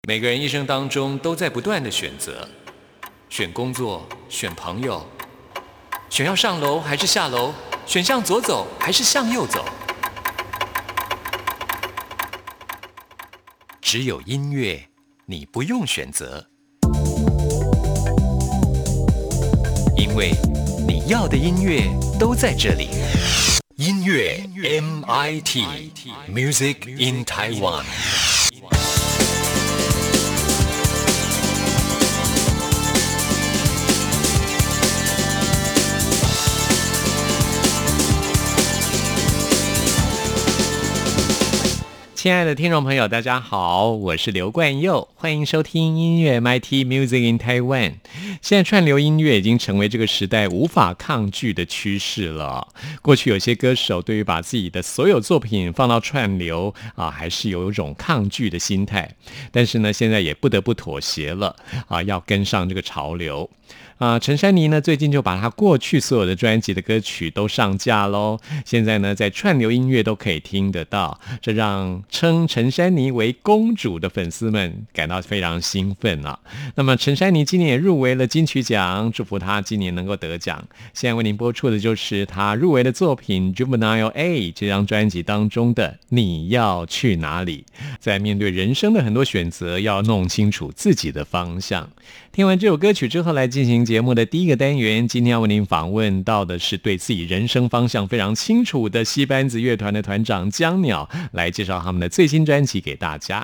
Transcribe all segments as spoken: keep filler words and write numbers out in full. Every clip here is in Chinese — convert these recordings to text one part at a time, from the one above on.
每个人一生当中都在不断的选择，选工作，选朋友，选要上楼还是下楼，选向左走还是向右走。只有音乐，你不用选择，因为你要的音乐都在这里。音乐 M I T Music in Taiwan。亲爱的听众朋友，大家好，我是刘冠佑，欢迎收听音乐 M I T Music in Taiwan。现在串流音乐已经成为这个时代无法抗拒的趋势了。过去有些歌手对于把自己的所有作品放到串流啊，还是有一种抗拒的心态，但是呢，现在也不得不妥协了啊，要跟上这个潮流。啊，陈珊妮呢，最近就把她过去所有的专辑的歌曲都上架咯，现在呢，在串流音乐都可以听得到，这让称陈珊妮为公主的粉丝们感到非常兴奋啊。那么陈珊妮今年也入围了金曲奖，祝福她今年能够得奖。现在为您播出的就是她入围的作品 Juvenile A 这张专辑当中的你要去哪里。在面对人生的很多选择，要弄清楚自己的方向。听完这首歌曲之后，来进行节目的第一个单元。今天要为您访问到的是对自己人生方向非常清楚的戏班子乐团的团长江鸟，来介绍他们的最新专辑给大家。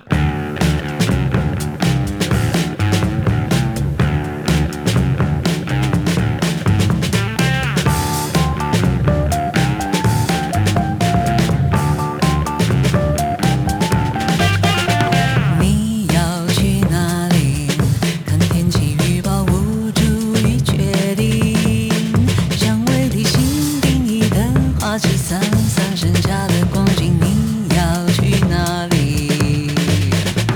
散散剩下的光景，你要去哪里？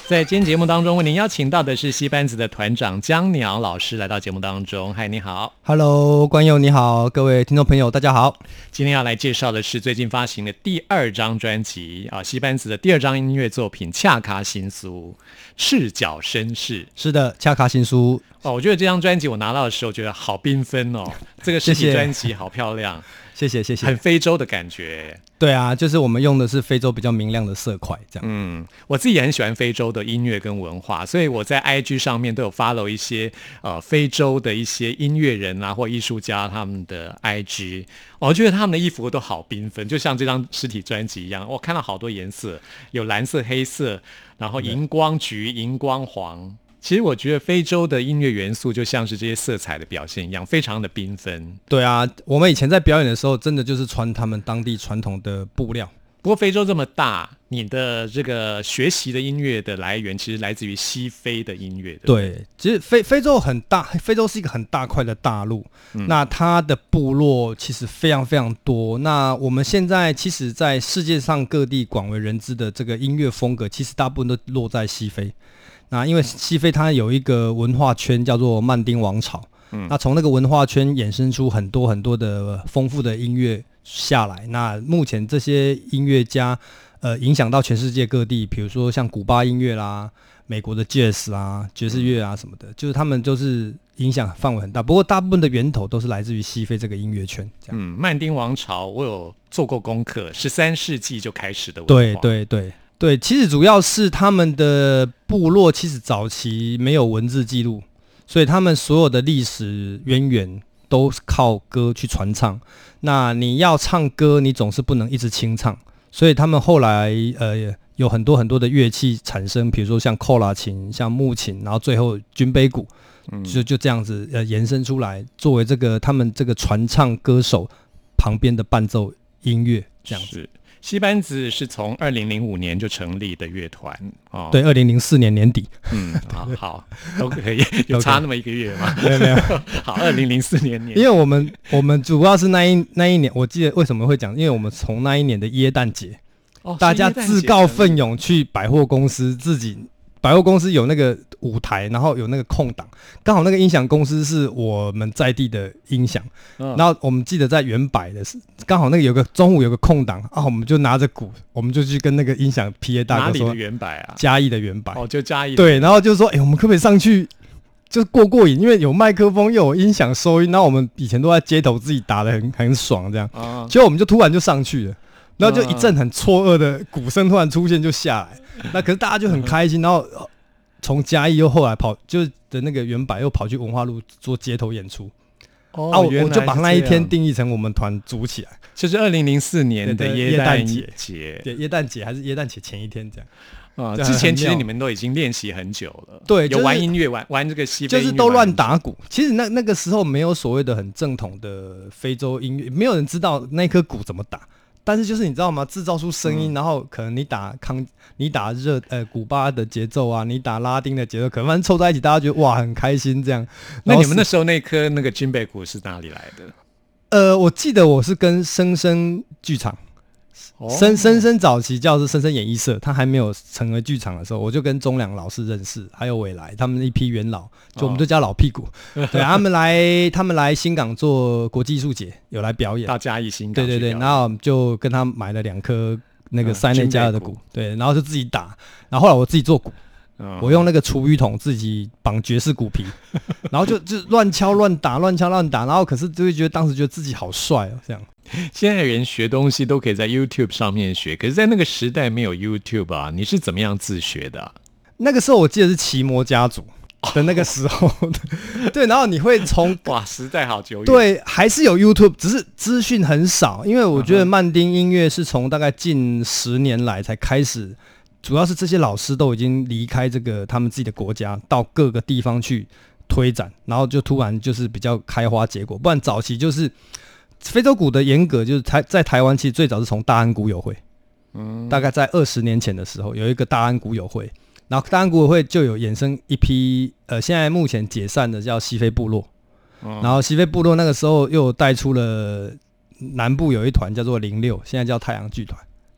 在今天节目当中，为您邀请到的是戏班子的团长江鸟老师来到节目当中。嗨，你好。 Hello， 冠佑你好，各位听众朋友大家好。 今天要来介绍的是最近发行的第二张专辑啊，戏班子的第二张音乐作品《恰卡新苏赤脚绅士》。 是的，恰卡新苏。 哦，我觉得这张专辑我拿到的时候觉得好缤纷哦，这个实体专辑好漂亮。 谢谢谢谢， 很非洲的感觉。 对啊，就是我们用的是非洲比较明亮的色块，这样。 嗯，我自己也很喜欢非洲的音乐跟文化，所以我在 I G 上面都有 follow 一些呃非洲的一些音乐人啊或艺术家他们的 I G， 我觉得他们的衣服都好缤纷，就像这张实体专辑一样，我看到好多颜色，有蓝色、黑色，然后荧光橘、荧光黄。其实我觉得非洲的音乐元素就像是这些色彩的表现一样，非常的缤纷。 对啊，我们以前在表演的时候真的就是穿他们当地传统的布料。 不过非洲这么大，你的这个学习的音乐的来源其实来自于西非的音乐。 对, 对，其实 非, 非洲很大，非洲是一个很大块的大陆、嗯、那它的部落其实非常非常多。那我们现在其实在世界上各地广为人知的这个音乐风格其实大部分都落在西非。那因为西非它有一个文化圈叫做曼丁王朝、嗯、那从那个文化圈衍生出很多很多的丰富的音乐下来。那目前这些音乐家呃影响到全世界各地，比如说像古巴音乐啦、美国的 Jazz 啦、爵士乐啊什么的、嗯、就是他们就是影响范围很大。不过大部分的源头都是来自于西非这个音乐圈。这样， 嗯，曼丁王朝我有做过功课，十三世纪就开始的文化。 对对对对，其实主要是他们的部落其实早期没有文字记录，所以他们所有的历史渊源都靠歌去传唱。那你要唱歌，你总是不能一直清唱，所以他们后来呃有很多很多的乐器产生，比如说像扣拉琴、像木琴，然后最后军杯鼓，嗯、就就这样子呃延伸出来，作为这个他们这个传唱歌手旁边的伴奏音乐这样子。 戏班子是从二零零五年就成立的乐团、哦、 对，二零零四年年底。 嗯，好好都可以，有差那么一个月吗？ 没有没有。 好，二零零四年年， 因为我们我们主要是那一那一年，我记得为什么会讲，因为我们从那一年的耶诞节，哦，大家自告奋勇去百货公司自己。百货公司有那个舞台，然后有那个空档，刚好那个音响公司是我们在地的音响、嗯、然后我们记得在原百的刚好那个有个中午有个空档啊，我们就拿着鼓，我们就去跟那个音响 P A 大哥说， 哪里的原百啊？嘉义的原百。 哦，就嘉义。 对，然后就说哎、欸，我们可不可以上去就过过瘾，因为有麦克风又有音响收音，然后我们以前都在街头自己打得很很爽这样、啊、结果我们就突然就上去了，然后就一阵很错愕的鼓声突然出现就下来，那可是大家就很开心，然后从嘉义又后来跑就是的那个原百又跑去文化路做街头演出。哦，啊、我, 我就把那一天定义成我们团组起来， 就是二零零四年的耶诞节， 对，耶诞节还是耶诞节前一天这样。 啊、之前其实你们都已经练习很久了， 对， 有玩音乐，玩玩这个西非音乐， 就是都乱打鼓。其实那那个时候没有所谓的很正统的非洲音乐，没有人知道那颗鼓怎么打。但是就是你知道吗？制造出声音、嗯，然后可能你打康，你打热呃古巴的节奏啊，你打拉丁的节奏，可能反正凑在一起，大家觉得哇很开心这样。 那你们那时候那颗那个军贝鼓是哪里来的？ 呃，我记得我是跟生生剧场。深深深早期叫是深深演艺社，他还没有成为剧场的时候，我就跟钟良老师认识，还有伟来他们一批元老，就我们都叫老屁股。哦、对，他们来他们来新港做国际艺术节，有来表演， 到嘉义新港。 对对对，然后我们就跟他买了两颗那个塞内加尔的鼓、嗯，对，然后就自己打，然后后来我自己做鼓。嗯、我用那个厨余桶自己绑爵士鼓皮，然后就就乱敲乱打，乱敲乱打，然后可是就会觉得当时觉得自己好帅哦，这样。 现在人学东西都可以在 YouTube 上面学，可是在那个时代没有 YouTube 啊，你是怎么样自学的、啊？ 那个时候我记得是奇摩家族的那个时候对，然后你会从哇时代好久远， 对，还是有 YouTube， 只是资讯很少，因为我觉得曼丁音乐是从大概近十年来才开始。主要是这些老师都已经离开这个他们自己的国家，到各个地方去推展，然后就突然就是比较开花结果。不然早期就是非洲鼓的严格，就是台在台湾其实最早是从大安鼓友会，嗯，大概在二十年前的时候有一个大安鼓友会，然后大安鼓友会就有衍生一批呃，现在目前解散的叫西非部落，嗯、然后西非部落那个时候又带出了南部有一团叫做零六，现在叫太阳剧团。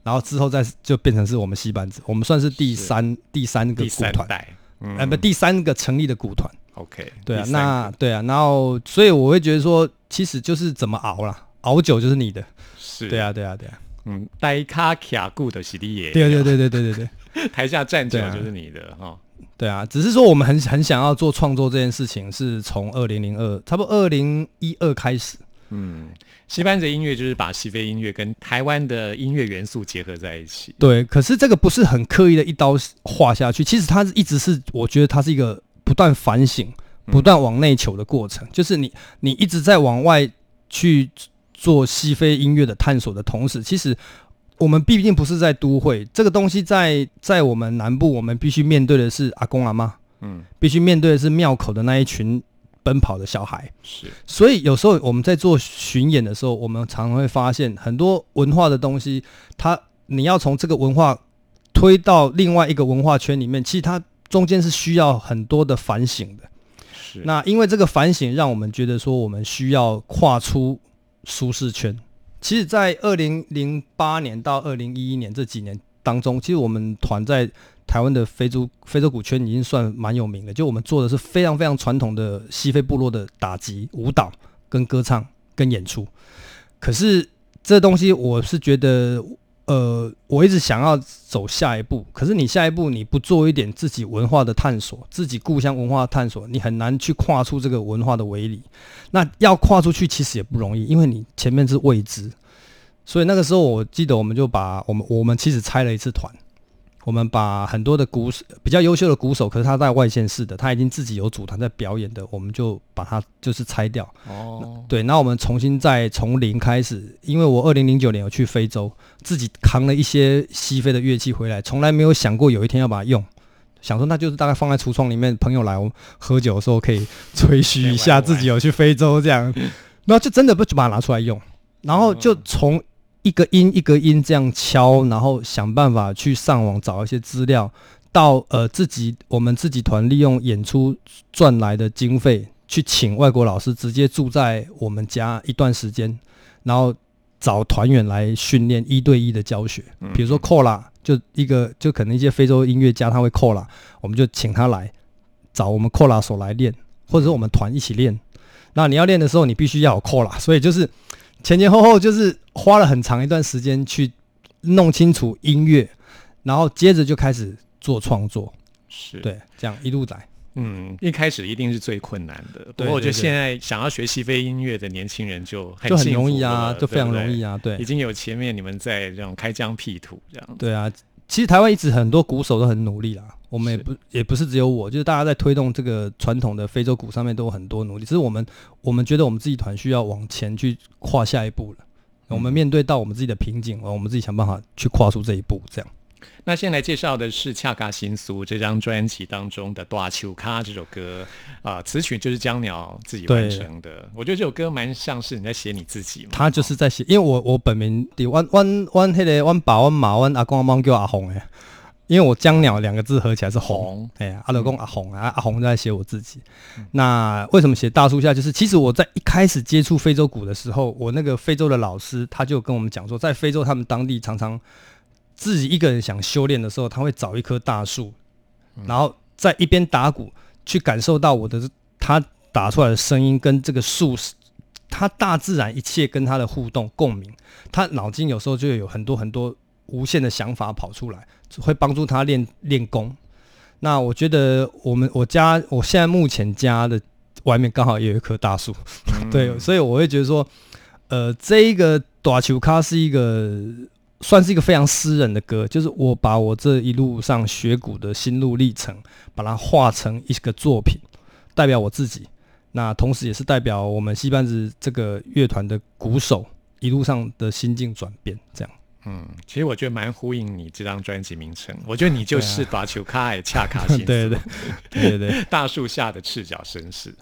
然后之后再就变成是我们戏班子，我们算是第三第三个股团，嗯、呃不第三个成立的股团。 OK， 对啊，那对啊，然后所以我会觉得说，其实就是怎么熬啦，熬久就是你的。 是， 对啊，对啊，对啊。 嗯，呆卡卡固的洗礼也， 对对对对对对对， 台下站久就是你的哈、啊。 对啊，只是说我们很很想要做创作这件事情，是从二零零二差不多二零一二开始。 嗯，戏班子音乐就是把西非音乐跟台湾的音乐元素结合在一起。 对，可是这个不是很刻意的一刀划下去，其实它一直是，我觉得它是一个不断反省、不断往内求的过程，嗯、就是你你一直在往外去做西非音乐的探索的同时，其实我们毕竟不是在都会，这个东西在在我们南部，我们必须面对的是阿公阿嬷，嗯，必须面对的是庙口的那一群奔跑的小孩， 是。 所以有时候我们在做巡演的时候，我们常常会发现很多文化的东西，它你要从这个文化推到另外一个文化圈里面，其实它中间是需要很多的反省的。 是。那因为这个反省，让我们觉得说我们需要跨出舒适圈。其实在二零零八年到二零一一年这几年当中，其实我们团在台湾的非洲非洲鼓圈已经算蛮有名的，就我们做的是非常非常传统的西非部落的打击、舞蹈、跟歌唱、跟演出。可是这东西我是觉得，呃，我一直想要走下一步。可是你下一步你不做一点自己文化的探索，自己故乡文化的探索，你很难去跨出这个文化的围篱。那要跨出去其实也不容易，因为你前面是未知。所以那个时候我记得我们就把我们我们其实拆了一次团。我们把很多的鼓手比较优秀的鼓手，可是他在外县市的，他已经自己有组团在表演的，我们就把他就是拆掉。哦，对，那我们重新再从零开始，因为我二零零九年有去非洲，自己扛了一些西非的乐器回来，从来没有想过有一天要把它用，想说那就是大概放在橱窗里面，朋友来我们喝酒的时候可以吹嘘一下自己有去非洲这样，然后就真的不就把它拿出来用，然后就从一个音一个音这样敲，然后想办法去上网找一些资料，到呃自己我们自己团利用演出赚来的经费去请外国老师直接住在我们家一段时间，然后找团员来训练一对一的教学。比如说扣拉，就一个就可能一些非洲音乐家他会扣拉，我们就请他来找我们扣拉手来练，或者是我们团一起练。那你要练的时候，你必须要有扣拉，所以就是前前后后就是花了很长一段时间去弄清楚音乐，然后接着就开始做创作。 是，对， 这样一路来。 嗯，一开始一定是最困难的。不过我觉得现在想要学西非音乐的年轻人就很就很容易啊，就非常容易啊。对， 已经有前面你们在这种开疆辟土这样。 对啊，其实台湾一直很多鼓手都很努力啦。我们也不也不是只有我，就是大家在推动这个传统的非洲鼓上面都有很多努力。只是我们我们觉得我们自己团需要往前去跨下一步了。我们面对到我们自己的瓶颈，我们自己想办法去跨出这一步，这样。 那先来介绍的是《恰卡新苏》这张专辑当中的《大树卡》这首歌，啊、呃，词曲就是江鸟自己完成的。我觉得这首歌蛮像是你在写你自己嘛。 他就是在写，因为我我本名的阮阮阮迄个阮爸阮妈阮阿公阿妈叫阿红诶，因为我江鸟两个字合起来是红，哎呀，阿老公阿红啊，阿红在写我自己。嗯、那为什么写大树下？就是其实我在一开始接触非洲鼓的时候，我那个非洲的老师他就跟我们讲说，在非洲他们当地常常自己一个人想修炼的时候，他会找一棵大树，然后在一边打鼓，去感受到我的他打出来的声音跟这个树，他大自然一切跟他的互动共鸣，他脑筋有时候就有很多很多无限的想法跑出来，会帮助他练练功。那我觉得我们我家我现在目前家的外面刚好也有一棵大树，嗯、对，所以我会觉得说，呃，这一个大树卡是一个。算是一个非常私人的歌，就是我把我这一路上学鼓的心路历程，把它化成一个作品，代表我自己，那同时也是代表我们戏班子这个乐团的鼓手一路上的心境转变，这样。 嗯，其实我觉得蛮呼应你这张专辑名称，我觉得你就是大树卡的恰卡新对对对对对， 大树下的赤脚绅士。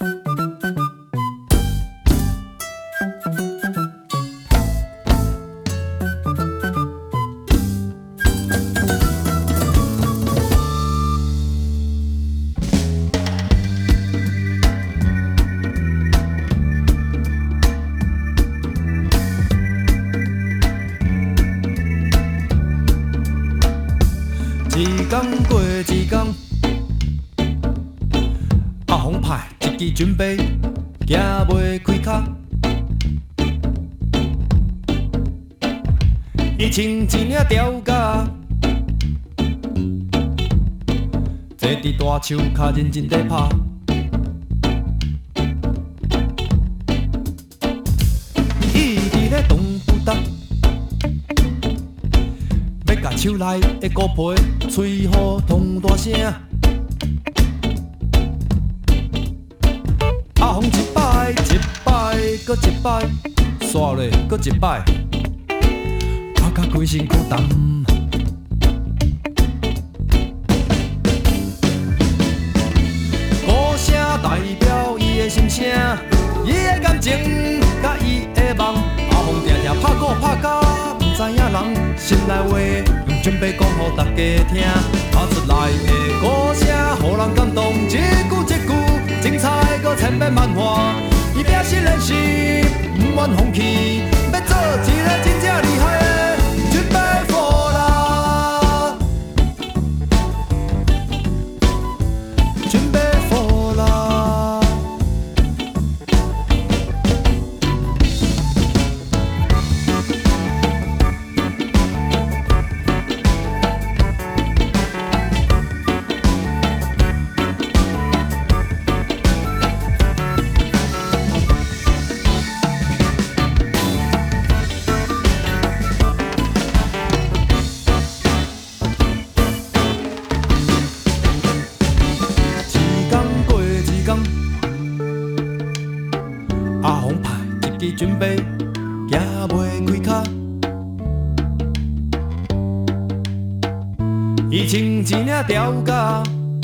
天过一天，阿峰派一支军备，行袂开脚。伊穿一领吊甲，坐伫大树骹认真地拍。伊一直咧动不动，要甲手内的鼓皮吹好通大声。阿峰一摆一摆，搁一摆，刷落搁一摆。甲规身躯重，歌声代表伊的心声，伊的感情甲伊的梦。阿峰定定拍鼓拍甲，不知影人心内话，用准备讲予大家听。打出来的歌声，予人感动，一句一句精彩搁千变万化。伊拼死练习，不愿放弃，要做一个真正厉害的。准备行袂开脚，伊穿一领吊甲，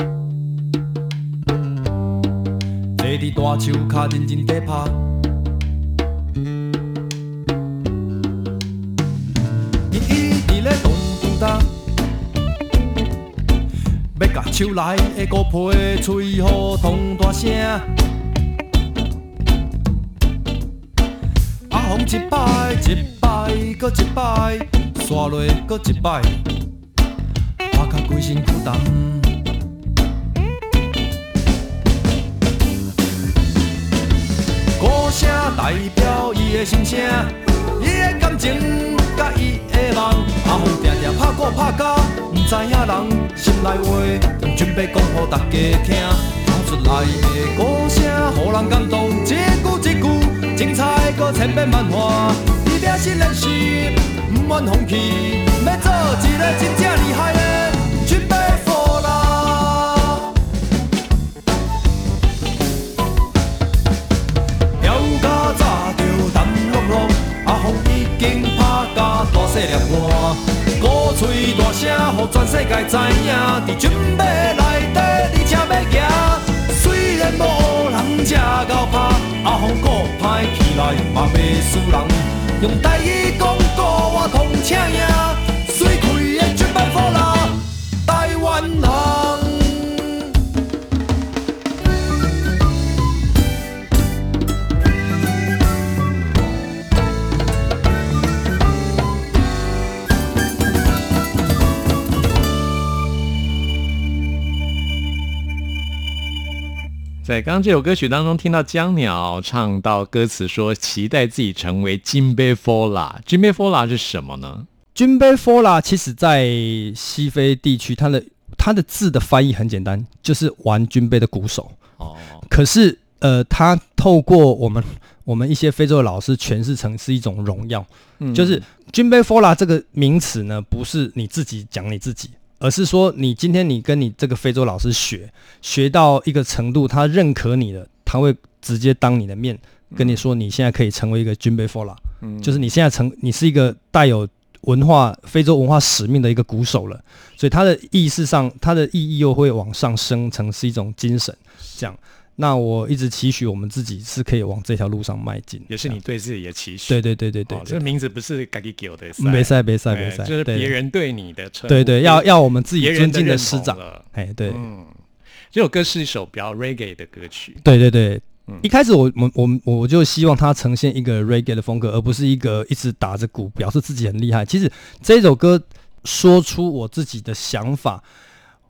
坐伫大树骹认真地拍。伊一直咧动不动，要甲手内的鼓皮吹好通大声。一摆一摆，搁一摆，刷落搁一摆，拍甲规身躯重。歌声代表伊的心声，伊的感情甲伊的梦。阿峰定定拍鼓拍甲，不知影人心内话，用准备讲予大家听。唱出来的歌声，予人感动，一句一句。精彩搁千变万化，伊拼死练习，不愿放弃，要做一个真正厉害的准备好啦。调甲早就淡落落，阿峰已经拍甲大细粒汗，鼓吹大声，予全世界知影，伫准备内底，你才要行。虽然无学人吃到拍，阿峰鼓歹起来嘛袂输人。用台语讲歌我通请赢，水开的准备好啦，台湾人。 在刚刚这首歌曲当中听到江鸟唱到歌词说期待自己成为金杯 Fola， 金杯 Fola 是什么呢？ 金杯 Fola 其实在西非地区，它的它的字的翻译很简单，就是玩军杯的鼓手。哦，可是呃，它透过我们我们一些非洲的老师诠释成是一种荣耀，嗯、就是军杯 Fola 这个名词呢，不是你自己讲你自己。而是说，你今天你跟你这个非洲老师学，学到一个程度，他认可你的，他会直接当你的面跟你说，你现在可以成为一个军杯 Fola，嗯，就是你现在成，你是一个带有文化非洲文化使命的一个鼓手了，所以它的意识上，它的意义又会往上升成是一种精神，这样。那我一直期许我们自己是可以往这条路上迈进， 也是你对自己的期许。 对对对对 对, 对, 对、哦， 这个名字不是自己给的， 没赛没赛没赛， 就是别人对你的称呼。 对对，要要我们自己尊敬的师长。哎，对， 嗯，这首歌是一首比较 reggae 的歌曲。 对对对，嗯、一开始我我我我就希望它呈现一个 reggae 的风格，而不是一个一直打着鼓表示自己很厉害。其实这首歌说出我自己的想法。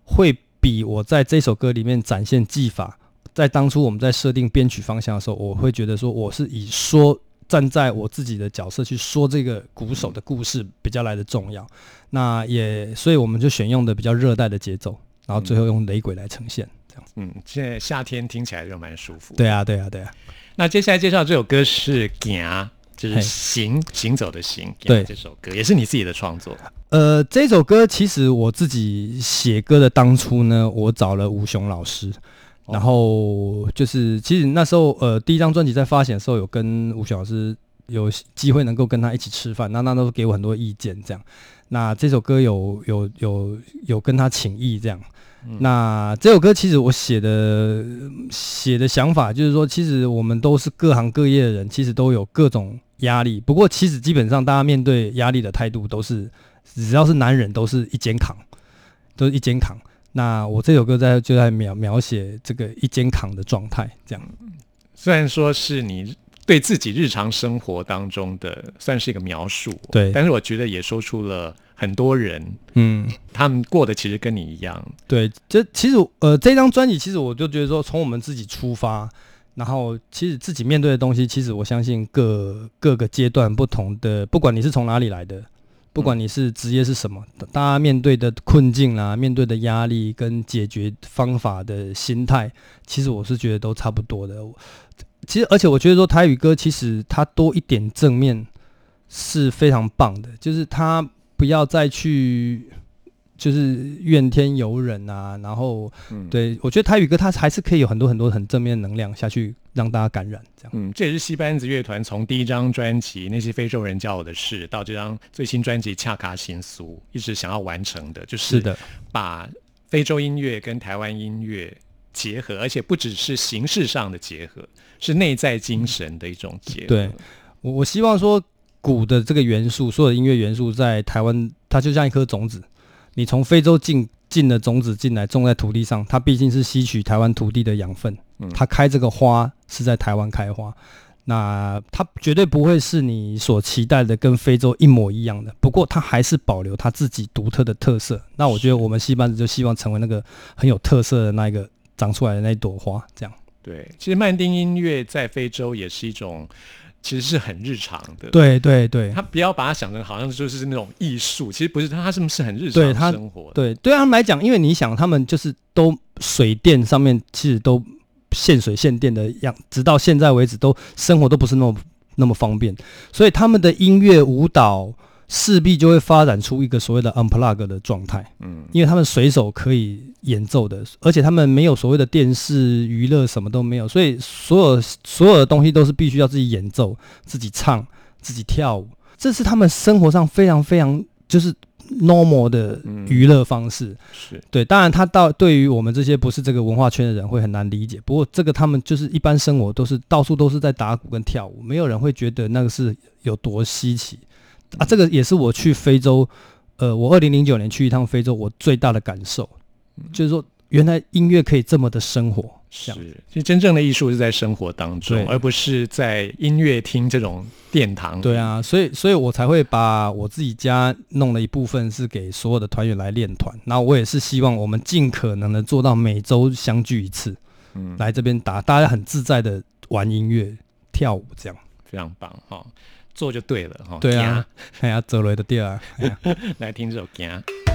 会比我在这首歌里面展现技法，在当初我们在设定编曲方向的时候，我会觉得说我是以说站在我自己的角色去说这个鼓手的故事比较来的重要。那也所以我们就选用的比较热带的节奏，然后最后用雷鬼来呈现。 嗯，现在夏天听起来就蛮舒服。 对啊，对啊，对啊。 那接下来介绍这首歌是《行》，就是行行走的行。对，这首歌也是你自己的创作。 呃，这首歌其实我自己写歌的当初呢，我找了吴雄老师，哦、然后就是其实那时候呃第一张专辑在发行的时候，有跟吴雄老师有机会能够跟他一起吃饭，那那都给我很多意见这样。那这首歌有有有有跟他请意这样。那这首歌其实我写的写的想法就是说，其实我们都是各行各业的人，其实都有各种压力。不过其实基本上大家面对压力的态度都是，只要是男人都是一肩扛，都是一肩扛。那我这首歌在就在描描写这个一肩扛的状态，这样。 虽然说是你对自己日常生活当中的算是一个描述， 对， 但是我觉得也说出了很多人，嗯，他们过的其实跟你一样。 对，这其实呃，这张专辑其实我就觉得说，从我们自己出发，然后其实自己面对的东西，其实我相信各各个阶段不同的，不管你是从哪里来的，不管你是职业是什么，嗯、大家面对的困境啦，面对的压力跟解决方法的心态，其实我是觉得都差不多的。其实，而且我觉得说台语歌其实它多一点正面是非常棒的，就是它不要再去就是怨天尤人啊，然后、嗯、对我觉得台语歌它还是可以有很多很多很正面的能量下去让大家感染这样。 嗯，这也是戏班子乐团从第一张专辑《那些非洲人教我的事》到这张最新专辑《恰卡新苏》一直想要完成的，就是把非洲音乐跟台湾音乐结合，而且不只是形式上的结合，是内在精神的一种结合。 对，我我希望说鼓的这个元素，所有的音乐元素在台湾，它就像一颗种子，你从非洲进进的种子进来，种在土地上，它毕竟是吸取台湾土地的养分，嗯、它开这个花是在台湾开花，那它绝对不会是你所期待的跟非洲一模一样的，不过它还是保留它自己独特的特色。那我觉得我们戏班子就希望成为那个很有特色的那一个长出来的那一朵花，这样。 对，其实曼丁音乐在非洲也是一种，其实是很日常的。 对对对， 他不要把它想成好像就是那种艺术，其实不是，他是是很日常生活的。 对，对他们来讲，因为你想，他们就是都水电上面其实都限水限电的样，直到现在为止都生活都不是那么那么方便，所以他们的音乐舞蹈势必就会发展出一个所谓的 unplug 的状态，嗯，因为他们随手可以演奏的，而且他们没有所谓的电视娱乐，什么都没有，所以所有所有的东西都是必须要自己演奏、自己唱、自己跳舞，这是他们生活上非常非常就是 normal 的娱乐方式。嗯、是对，当然他到对于我们这些不是这个文化圈的人会很难理解，不过这个他们就是一般生活都是到处都是在打鼓跟跳舞，没有人会觉得那个是有多稀奇。啊，这个也是我去非洲，呃，我二零零九年去一趟非洲，我最大的感受，嗯、就是说，原来音乐可以这么的生活。 是，其实真正的艺术是在生活当中，而不是在音乐厅这种殿堂。 对啊，所以，所以我才会把我自己家弄了一部分是给所有的团员来练团，然后我也是希望我们尽可能的做到每周相聚一次，嗯，来这边打，大家很自在的玩音乐、跳舞，这样非常棒哈。哦做就对了哈， 对啊，哎呀，走了的对啊， 来听这首歌。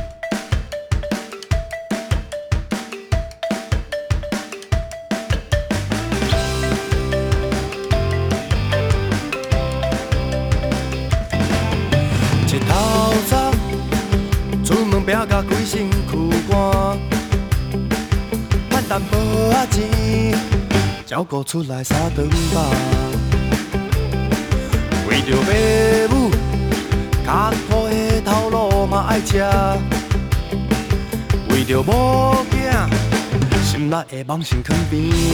一头早出门拼甲规身躯汗，趁淡薄仔钱，照顾出来三顿饱。为着爸母，艰苦的头路嘛爱吃；为着某囝，心内的梦想囥边啊。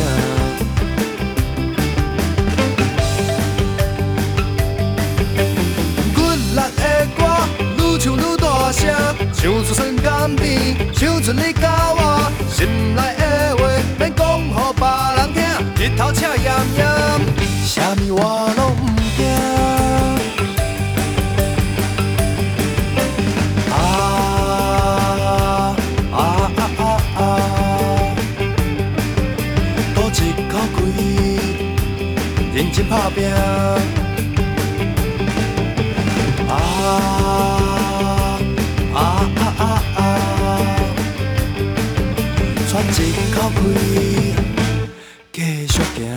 骨力的歌，愈唱愈大声，唱出酸甘甜，唱出你甲我心内的话，免讲予别人听，日头赤炎炎，啥物我拢不惊。啊啊啊啊！ 真打拼。啊啊啊啊啊！喘一口气，继续行。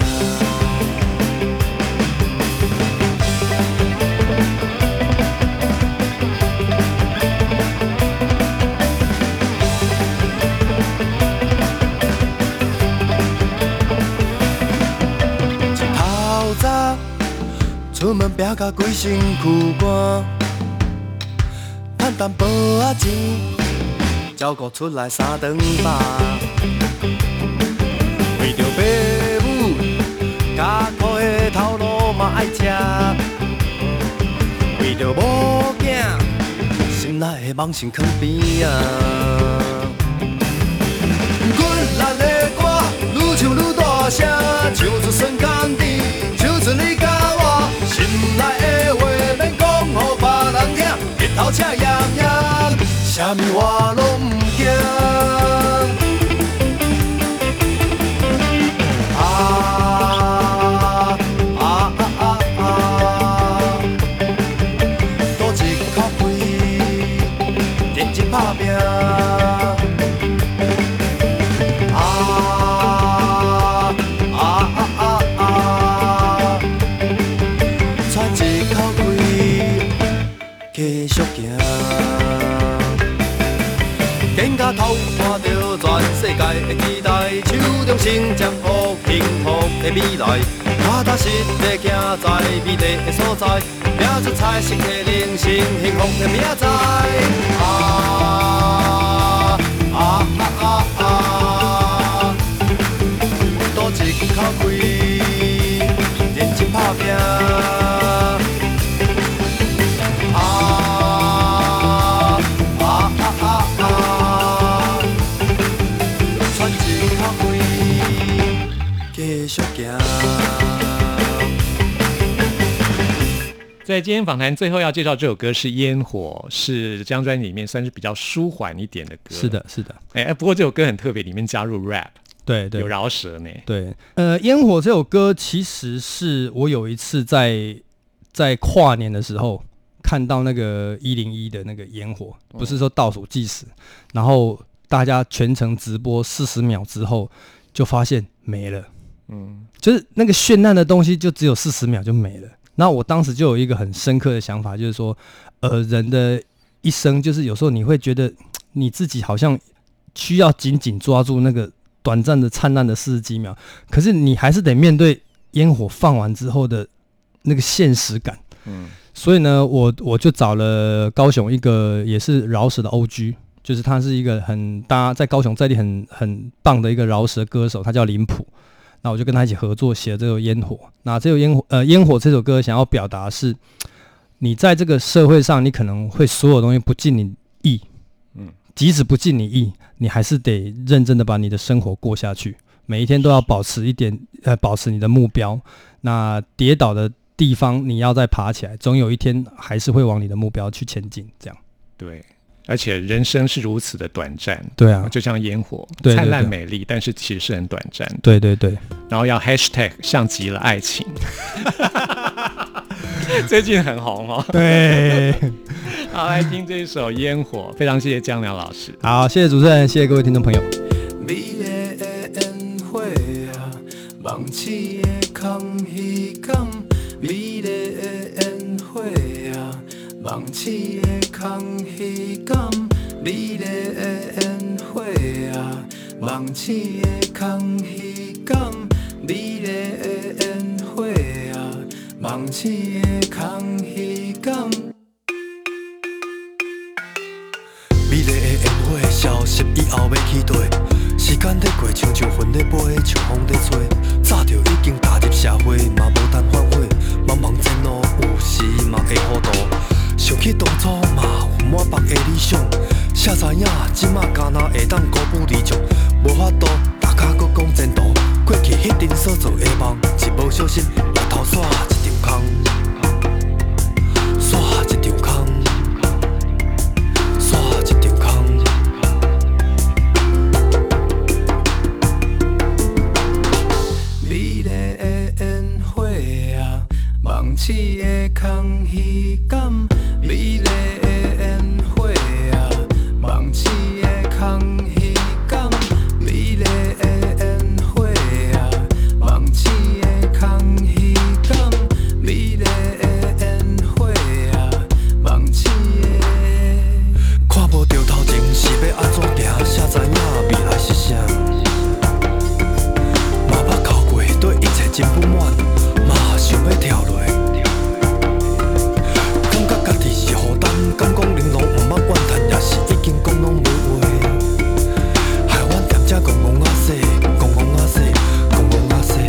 出门拼甲规身躯汗，赚淡薄仔钱，照顾出来三顿饭。为着爸母艰苦的头路嘛爱吃，为着某囝心内的梦想囥边啊。阮咱的歌愈唱愈大声，唱出酸甘甜，唱出你甲我。心内的话免讲予别人听，日头赤炎炎，啥物我拢毋惊。啊啊啊啊啊！赌一口气，认真打拼。继续行，肩胛头看着全世界的期待，手中成掌握幸福的未来，踏踏实地行在美丽的所在，拼出彩色的人生，幸福的明仔载。啊啊啊啊啊！赌一口气，认真打拼。 在今天访谈最后要介绍这首歌是《烟火》，是这张专辑里面算是比较舒缓一点的歌。 是的，是的。 哎，不过这首歌很特别，里面加入 rap， 对对， 有饶舌呢。 对，呃，《烟火》这首歌其实是我有一次在在跨年的时候看到那个一零一的那个烟火，不是说倒数计时，嗯、然后大家全程直播四十秒之后，就发现没了。嗯，就是那个绚烂的东西，就只有四十秒就没了。那我当时就有一个很深刻的想法，就是说，呃，人的一生，就是有时候你会觉得你自己好像需要紧紧抓住那个短暂的灿烂的四十几秒，可是你还是得面对烟火放完之后的那个现实感。嗯，所以呢，我我就找了高雄一个也是饶舌的 O G， 就是他是一个很大在高雄在地很很棒的一个饶舌歌手，他叫林普。那我就跟他一起合作写了这首《烟火》。那这首烟火呃烟火这首歌想要表达是，你在这个社会上，你可能会所有东西不尽你意，嗯，即使不尽你意，你还是得认真的把你的生活过下去。每一天都要保持一点呃，保持你的目标。那跌倒的地方，你要再爬起来，总有一天还是会往你的目标去前进。这样对。而且人生是如此的短暂， 对啊， 就像烟火， 对对对， 灿烂美丽，但是其实是很短暂的。 对对对， 然后要 hashtag 像极了爱情，最近很红哦。 对， 好，来听这一首《烟火》，非常谢谢江良老师。 好，谢谢主持人，谢谢各位听众朋友。 美丽的烟火啊，梦似的空虚感，美丽的烟火啊。梦似的空虚感，美丽的烟火啊！梦似的空虚感，美丽的烟火啊！梦似的空虚感。美丽的烟火消失以后要去佗？时间在过，像像云在飞，像风在吹。早就已经踏入社会，嘛无通反悔。茫茫前路，有时嘛会糊涂。想起当初嘛有满腹的理想，谁知影即马敢若会当辜负理想，无法度大家搁讲前途，过去迄阵所做的梦，一无小心回头煞一场空，煞一场空，煞一场空。美丽的烟火刺的空虚感，美丽的烟火啊，梦刺的空虚感，美丽的烟火啊，梦刺的空虚感，美丽的烟火啊，梦刺的。看无着头前是要安怎行，谁知影未来是啥？嘛捌哭过，对一切真不满，嘛想要跳落。感觉家己是负担，敢讲玲珑毋捌怨叹，也是已经讲拢无话。害阮踮遮戆戆仔说，戆戆仔说，戆戆仔说。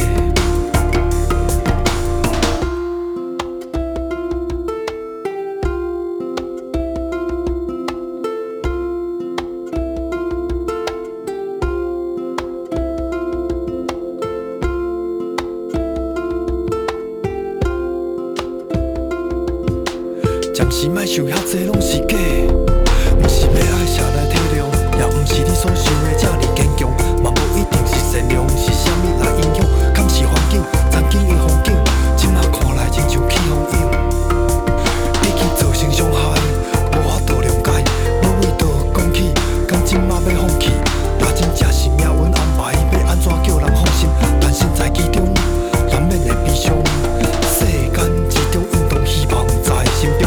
暂时莫想遐济拢是假，毋是要爱谁来体谅，也毋是你所想的这呢坚强，嘛无一定是善良，是啥物来影响？敢是环境，曾经的风景，即马看来亲像起风涌，已经造成伤害，无法度谅解，要为倒讲起，敢即马要放弃？若真正是命运安排，要安怎叫人放心？但身在其中，难免会悲伤。世间之中运动希望在心中。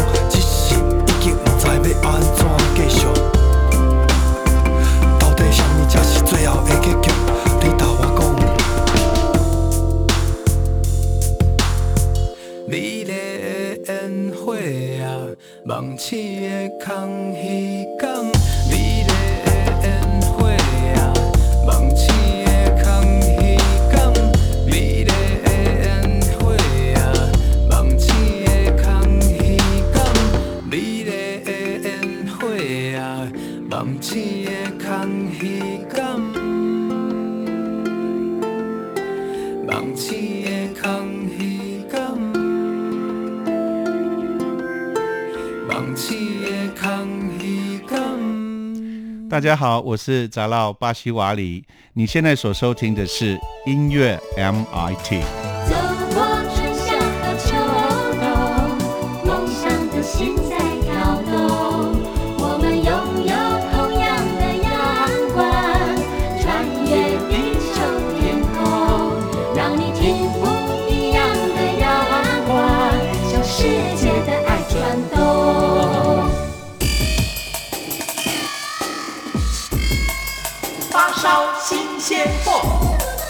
要安怎继续？到底啥物才是最后的结局？你甲我讲。美丽的烟火啊，梦刺的空虚感。美丽的烟火啊，梦刺的空虚感。美丽的烟火啊，梦刺的空虚感。美丽。梦刺的空虚感，梦刺的空虚感，梦刺的空虚感。 大家好，我是杂老巴西瓦里，你现在所收听的是音乐 M I T。 走过春夏和秋冬，梦想的心在跳动，我们拥有同样的阳光，穿越地球天空，让你听不一样的阳光，向世界的爱传动。 发烧新鲜货。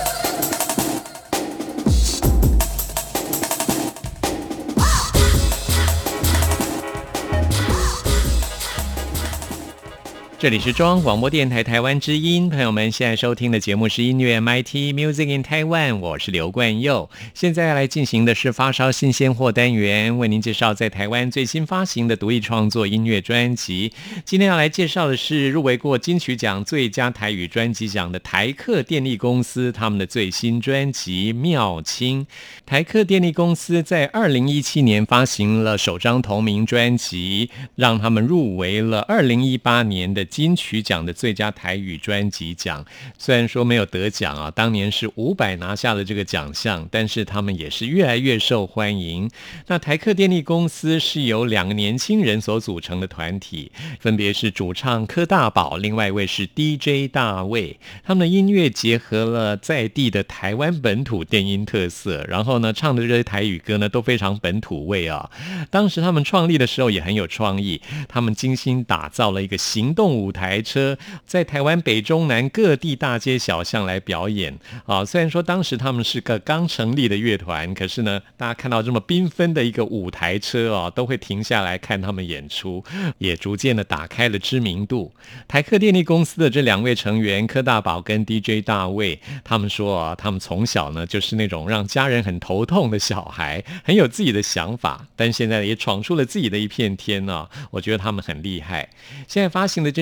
这里是中央广播电台台湾之音，朋友们现在收听的节目是音乐 M I T Music in Taiwan， 我是刘冠佑。现在来进行的是发烧新鲜货单元，为您介绍在台湾最新发行的独立创作音乐专辑。今天要来介绍的是入围过金曲奖最佳台语专辑奖的台客电力公司，他们的最新专辑《妙清》。台客电力公司在二零一七年发行了首张同名专辑，让他们入围了二零一八年的金曲奖的最佳台语专辑奖。虽然说没有得奖啊，当年是伍佰拿下了这个奖项，但是他们也是越来越受欢迎。那台客电力公司是由两个年轻人所组成的团体，分别是主唱柯大宝，另外一位是 D J 大卫。他们的音乐结合了在地的台湾本土电音特色，然后呢唱的这些台语歌呢都非常本土味啊。当时他们创立的时候也很有创意，他们精心打造了一个行动舞台车，在台湾北中南各地大街小巷来表演啊。虽然说当时他们是个刚成立的乐团，可是呢大家看到这么缤纷的一个舞台车啊，都会停下来看他们演出，也逐渐的打开了知名度。台客电力公司的这两位成员柯大宝跟 D J 大卫，他们说啊，他们从小呢就是那种让家人很头痛的小孩，很有自己的想法，但现在也闯出了自己的一片天啊，我觉得他们很厉害。现在发行的这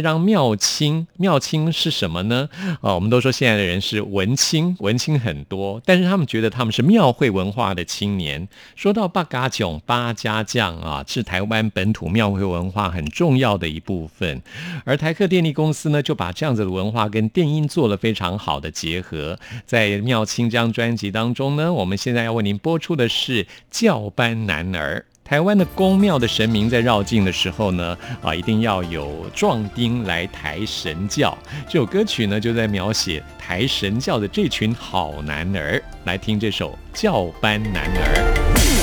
这张妙清，妙清是什么呢？啊，我们都说现在的人是文青，文青很多，但是他们觉得他们是庙会文化的青年。说到八嘎囧、八家将啊，是台湾本土庙会文化很重要的一部分。而台客电力公司呢，就把这样子的文化跟电音做了非常好的结合。在妙清这张专辑当中呢，我们现在要为您播出的是教班男儿。台湾的宫庙的神明在绕境的时候呢，啊，一定要有壮丁来抬神教。这首歌曲呢，就在描写抬神教的这群好男儿。来听这首《教班男儿》。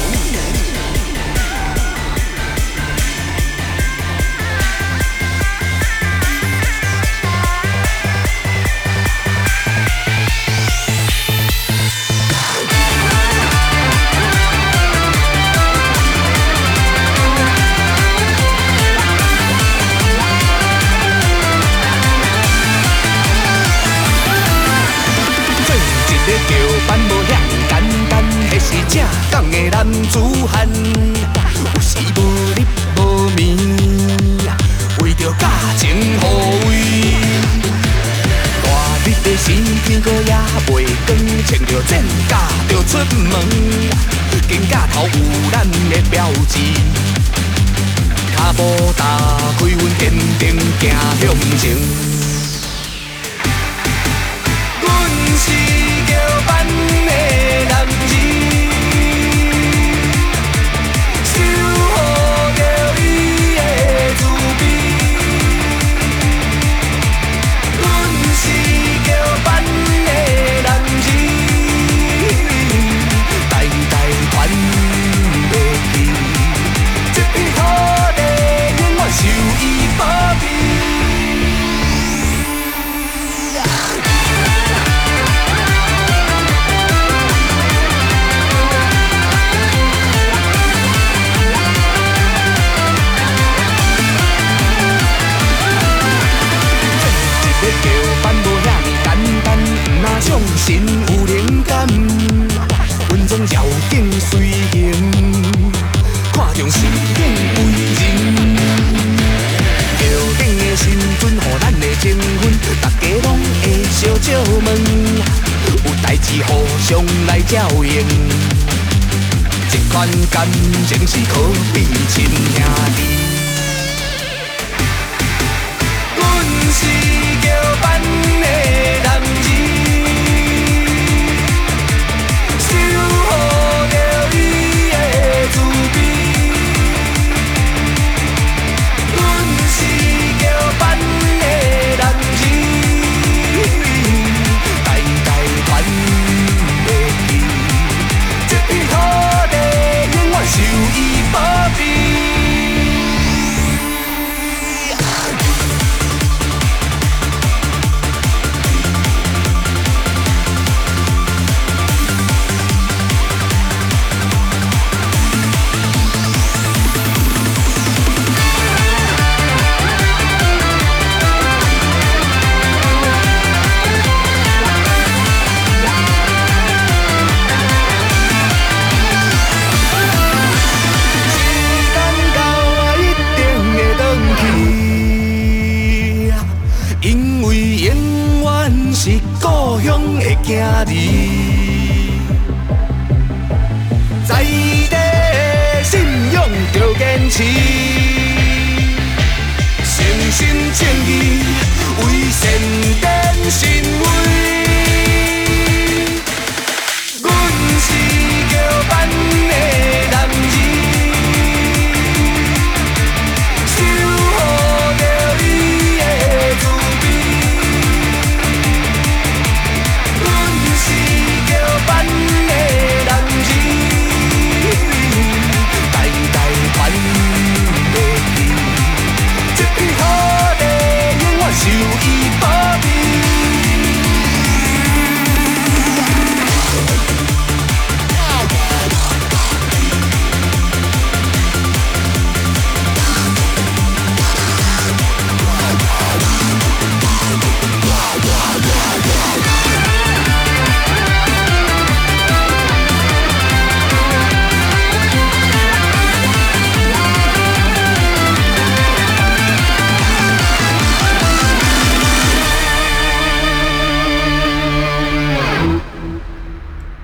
正港的男子汉，有时无日无眠，为着家情护卫。大日的时天阁也袂光，穿着战甲就出门，肩胛头有咱的标志，脚步打开阮坚定行向前。阮是叫班的男儿。相信有灵感，阮总绕境随行，看重事景为人。桥顶的神尊，予咱的情分，大家拢会相借问，有代志互相来照应。这款感情是可比亲兄弟。阮是叫班的男儿。受伊保庇。是故乡的兄弟，在地信仰着坚持，诚心正义为善典信位。阮是叫班的男儿。受伊保庇。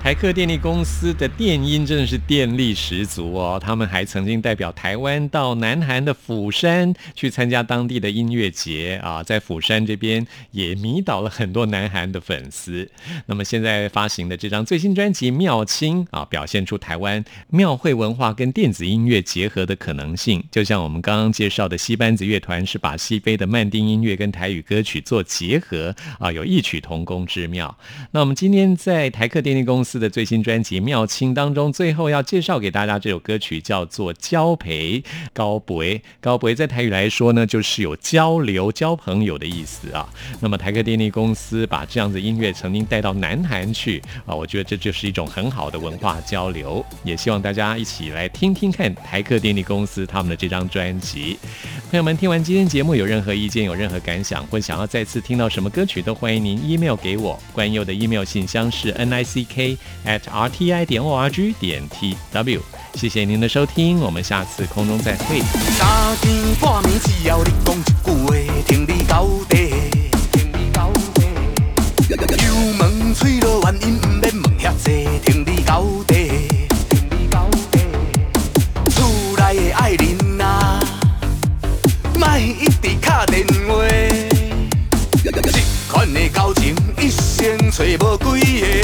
台客电力公司的电音真的是电力十足哦，他们还曾经代表台湾到南韩的釜山去参加当地的音乐节啊，在釜山这边也迷倒了很多南韩的粉丝。那么现在发行的这张最新专辑《妙清》啊，表现出台湾庙会文化跟电子音乐结合的可能性。就像我们刚刚介绍的西班子乐团是把西非的曼丁音乐跟台语歌曲做结合啊，有异曲同工之妙。那我们今天在台客电力公司的最新专辑《妙清》当中，最后要介绍给大家这首歌曲叫做《交陪高培》。高培在台语来说呢，就是有交流、交朋友的意思啊。那么台客电力公司把这样子音乐曾经带到南韩去啊，我觉得这就是一种很好的文化交流。也希望大家一起来听听看台客电力公司他们的这张专辑。朋友们，听完今天节目有任何意见、有任何感想，或想要再次听到什么歌曲，都欢迎您 email 给我。冠佑的 email 信箱是 n i c k at r t i 点 o r g 点 t w。谢谢您的收听，我们下次空中再会。 三更半暝只要你讲一句话，听你到底，听你到底。油门吹落原因不免问遐济，听你到底，听你到底。厝内的爱人啊，莫一直打电话。这款的交情一生找无几个。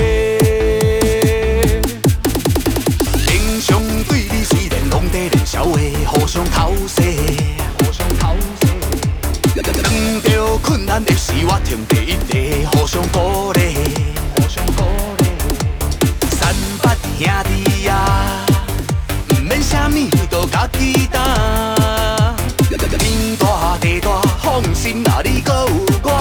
平常对你虽然拢在练小话，互相偷势，互相偷势。遇到困难的时，我挺第一个，互相鼓励，互相鼓励。三八兄弟啊，不免啥物都家己担。天大地大，放心啦，你搁有我。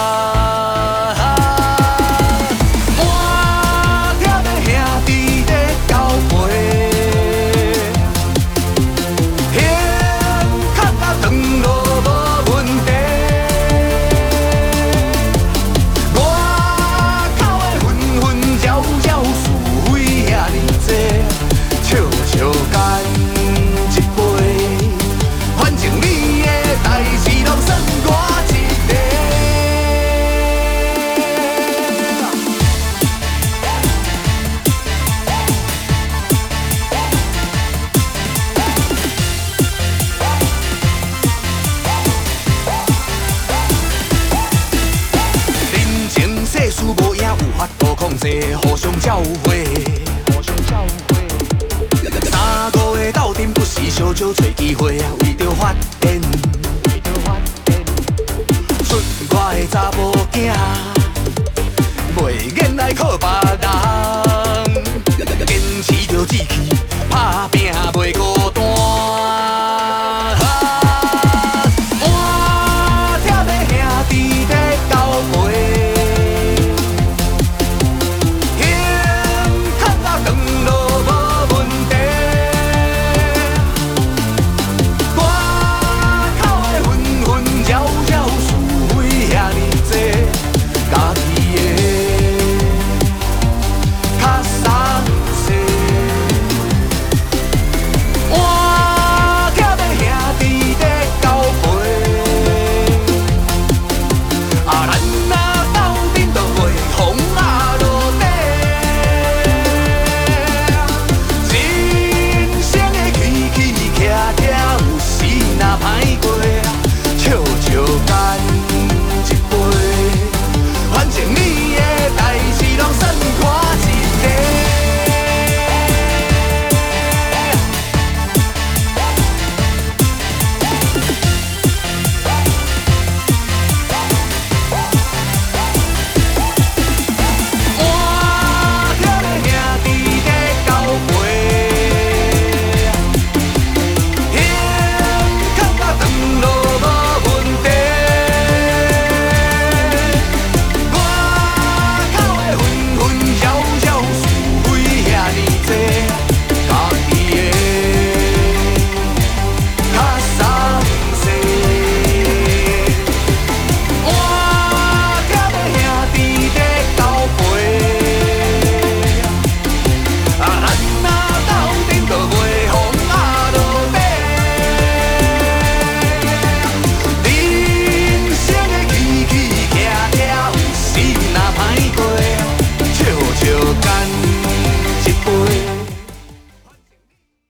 互相照会，互相照会。三五个斗阵不时小少找机会，为着发展，为着发展。出我的查某囝，袂瘾来靠爸。